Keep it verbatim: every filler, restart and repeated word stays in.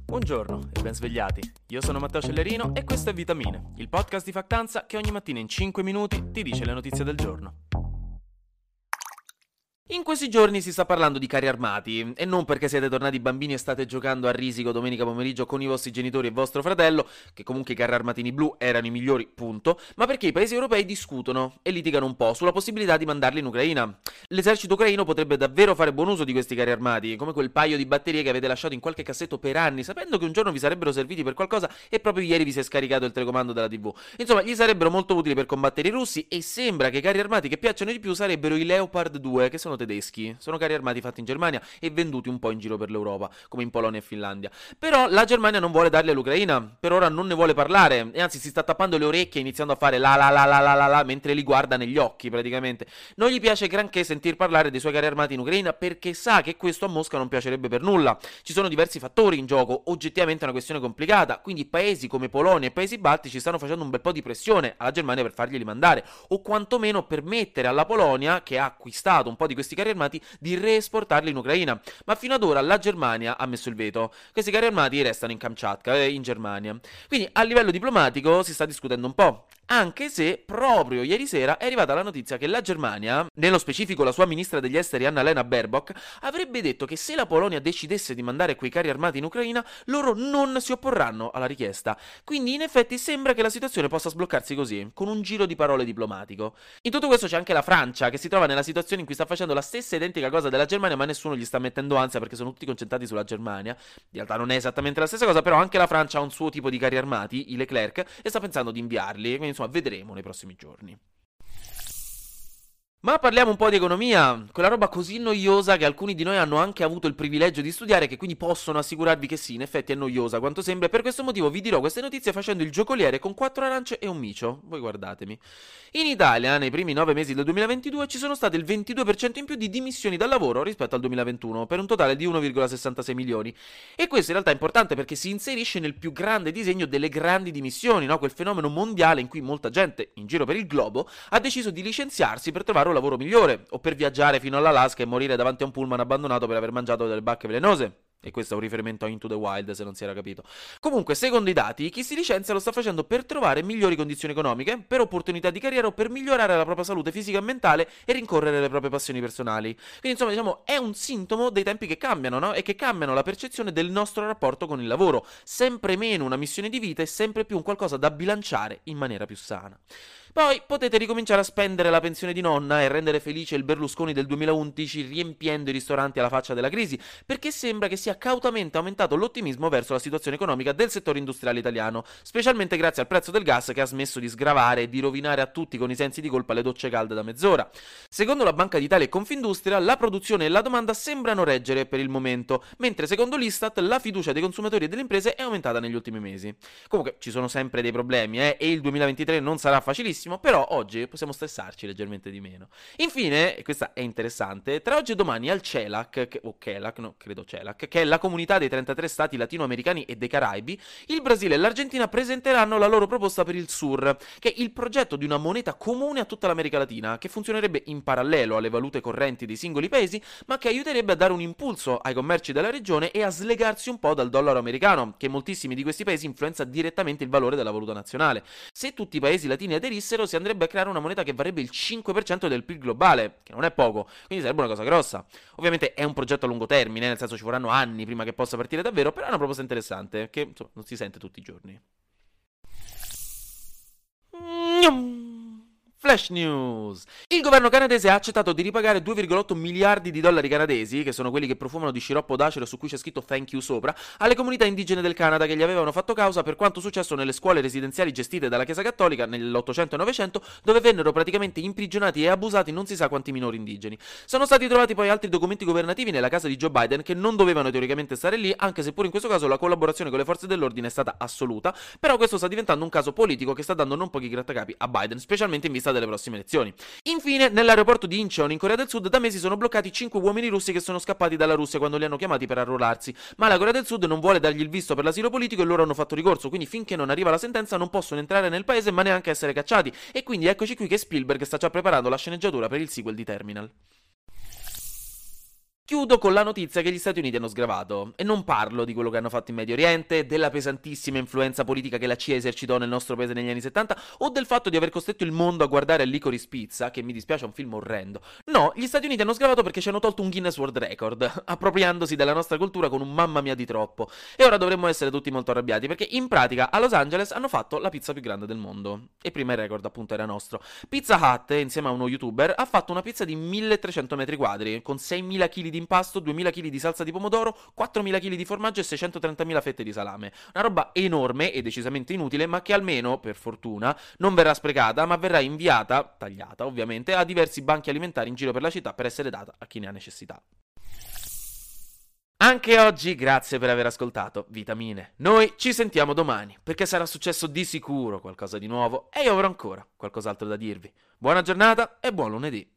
Buongiorno e ben svegliati. Io sono Matteo Cellerino e questo è Vitamine, il podcast di Factanza che ogni mattina in cinque minuti ti dice le notizie del giorno. In questi giorni si sta parlando di carri armati, e non perché siete tornati bambini e state giocando a risico domenica pomeriggio con i vostri genitori e vostro fratello, che comunque i carri armatini blu erano i migliori, punto, ma perché i paesi europei discutono e litigano un po' sulla possibilità di mandarli in Ucraina. L'esercito ucraino potrebbe davvero fare buon uso di questi carri armati, come quel paio di batterie che avete lasciato in qualche cassetto per anni, sapendo che un giorno vi sarebbero serviti per qualcosa e proprio ieri vi si è scaricato il telecomando della tivù. Insomma, gli sarebbero molto utili per combattere i russi e sembra che i carri armati che piacciono di più sarebbero i Leopard due, che sono tedeschi, sono carri armati fatti in Germania e venduti un po' in giro per l'Europa, come in Polonia e Finlandia. Però la Germania non vuole darli all'Ucraina, per ora non ne vuole parlare, e anzi si sta tappando le orecchie iniziando a fare la la la la la la la mentre li guarda negli occhi praticamente. Non gli piace granché sentir parlare dei suoi carri armati in Ucraina perché sa che questo a Mosca non piacerebbe per nulla. Ci sono diversi fattori in gioco, oggettivamente è una questione complicata, quindi paesi come Polonia e paesi baltici stanno facendo un bel po' di pressione alla Germania per farglieli mandare, o quantomeno permettere alla Polonia, che ha acquistato un po' di questi carri armati, di reesportarli in Ucraina. Ma fino ad ora la Germania ha messo il veto. Questi carri armati restano in Kamchatka, in Germania. Quindi a livello diplomatico si sta discutendo un po'. Anche se proprio ieri sera è arrivata la notizia che la Germania, nello specifico la sua ministra degli esteri Annalena Baerbock, avrebbe detto che se la Polonia decidesse di mandare quei carri armati in Ucraina, loro non si opporranno alla richiesta. Quindi in effetti sembra che la situazione possa sbloccarsi così, con un giro di parole diplomatico. In tutto questo c'è anche la Francia, che si trova nella situazione in cui sta facendo la stessa identica cosa della Germania, ma nessuno gli sta mettendo ansia perché sono tutti concentrati sulla Germania. In realtà non è esattamente la stessa cosa, però anche la Francia ha un suo tipo di carri armati, i Leclerc, e sta pensando di inviarli. Quindi insomma vedremo nei prossimi giorni. Ma parliamo un po' di economia, quella roba così noiosa che alcuni di noi hanno anche avuto il privilegio di studiare, che quindi possono assicurarvi che sì, in effetti è noiosa quanto sembra, e per questo motivo vi dirò queste notizie facendo il giocoliere con quattro arance e un micio. Voi guardatemi. In Italia, nei primi nove mesi del duemilaventidue, ci sono state il ventidue per cento in più di dimissioni dal lavoro rispetto al duemilaventuno, per un totale di uno virgola sessantasei milioni. E questo in realtà è importante perché si inserisce nel più grande disegno delle grandi dimissioni, no? Quel fenomeno mondiale in cui molta gente, in giro per il globo, ha deciso di licenziarsi per trovare un lavoro migliore, o per viaggiare fino all'Alaska e morire davanti a un pullman abbandonato per aver mangiato delle bacche velenose. E questo è un riferimento a Into the Wild, se non si era capito. Comunque, secondo i dati, chi si licenzia lo sta facendo per trovare migliori condizioni economiche, per opportunità di carriera o per migliorare la propria salute fisica e mentale e rincorrere le proprie passioni personali. Quindi, insomma, diciamo, è un sintomo dei tempi che cambiano, no? E che cambiano la percezione del nostro rapporto con il lavoro. Sempre meno una missione di vita e sempre più un qualcosa da bilanciare in maniera più sana. Poi potete ricominciare a spendere la pensione di nonna e rendere felice il Berlusconi del duemilaundici riempiendo i ristoranti alla faccia della crisi, perché sembra che sia cautamente aumentato l'ottimismo verso la situazione economica del settore industriale italiano, specialmente grazie al prezzo del gas che ha smesso di sgravare e di rovinare a tutti con i sensi di colpa le docce calde da mezz'ora. Secondo la Banca d'Italia e Confindustria, la produzione e la domanda sembrano reggere per il momento, mentre secondo l'Istat la fiducia dei consumatori e delle imprese è aumentata negli ultimi mesi. Comunque ci sono sempre dei problemi, eh, e il duemilaventitré non sarà facilissimo, però oggi possiamo stressarci leggermente di meno. Infine, e questa è interessante, tra oggi e domani al CELAC, che, o CELAC, no, credo CELAC, che è la comunità dei trentatré stati latinoamericani e dei Caraibi, il Brasile e l'Argentina presenteranno la loro proposta per il S U R, che è il progetto di una moneta comune a tutta l'America Latina, che funzionerebbe in parallelo alle valute correnti dei singoli paesi, ma che aiuterebbe a dare un impulso ai commerci della regione e a slegarsi un po' dal dollaro americano, che in moltissimi di questi paesi influenza direttamente il valore della valuta nazionale. Se tutti i paesi latini aderissero, si andrebbe a creare una moneta che varrebbe il cinque per cento del P I L globale, che non è poco, quindi sarebbe una cosa grossa. Ovviamente è un progetto a lungo termine, nel senso ci vorranno anni prima che possa partire davvero, però è una proposta interessante, che insomma, non si sente tutti i giorni. Flash News. Il governo canadese ha accettato di ripagare due virgola otto miliardi di dollari canadesi, che sono quelli che profumano di sciroppo d'acero su cui c'è scritto thank you sopra, alle comunità indigene del Canada che gli avevano fatto causa per quanto successo nelle scuole residenziali gestite dalla Chiesa Cattolica nell'Ottocento e Novecento, dove vennero praticamente imprigionati e abusati non si sa quanti minori indigeni. Sono stati trovati poi altri documenti governativi nella casa di Joe Biden che non dovevano teoricamente stare lì, anche se pure in questo caso la collaborazione con le forze dell'ordine è stata assoluta, però questo sta diventando un caso politico che sta dando non pochi grattacapi a Biden, specialmente in vista delle prossime elezioni. Infine, nell'aeroporto di Incheon in Corea del Sud da mesi sono bloccati cinque uomini russi che sono scappati dalla Russia quando li hanno chiamati per arruolarsi, ma la Corea del Sud non vuole dargli il visto per l'asilo politico e loro hanno fatto ricorso, quindi finché non arriva la sentenza non possono entrare nel paese ma neanche essere cacciati, e quindi eccoci qui che Spielberg sta già preparando la sceneggiatura per il sequel di Terminal. Chiudo con la notizia che gli Stati Uniti hanno sgravato, e non parlo di quello che hanno fatto in Medio Oriente, della pesantissima influenza politica che la C I A esercitò nel nostro paese negli anni settanta, o del fatto di aver costretto il mondo a guardare Licorice Pizza, che mi dispiace è un film orrendo. No, gli Stati Uniti hanno sgravato perché ci hanno tolto un Guinness World Record, appropriandosi della nostra cultura con un mamma mia di troppo. E ora dovremmo essere tutti molto arrabbiati, perché in pratica a Los Angeles hanno fatto la pizza più grande del mondo. E prima il record appunto era nostro. Pizza Hut, insieme a uno youtuber, ha fatto una pizza di milletrecento metri quadri, con seimila chili di impasto, duemila chili di salsa di pomodoro, quattromila chili di formaggio e seicentotrentamila fette di salame. Una roba enorme e decisamente inutile, ma che almeno, per fortuna, non verrà sprecata, ma verrà inviata, tagliata ovviamente, a diversi banchi alimentari in giro per la città per essere data a chi ne ha necessità. Anche oggi grazie per aver ascoltato Vitamine. Noi ci sentiamo domani, perché sarà successo di sicuro qualcosa di nuovo e io avrò ancora qualcos'altro da dirvi. Buona giornata e buon lunedì.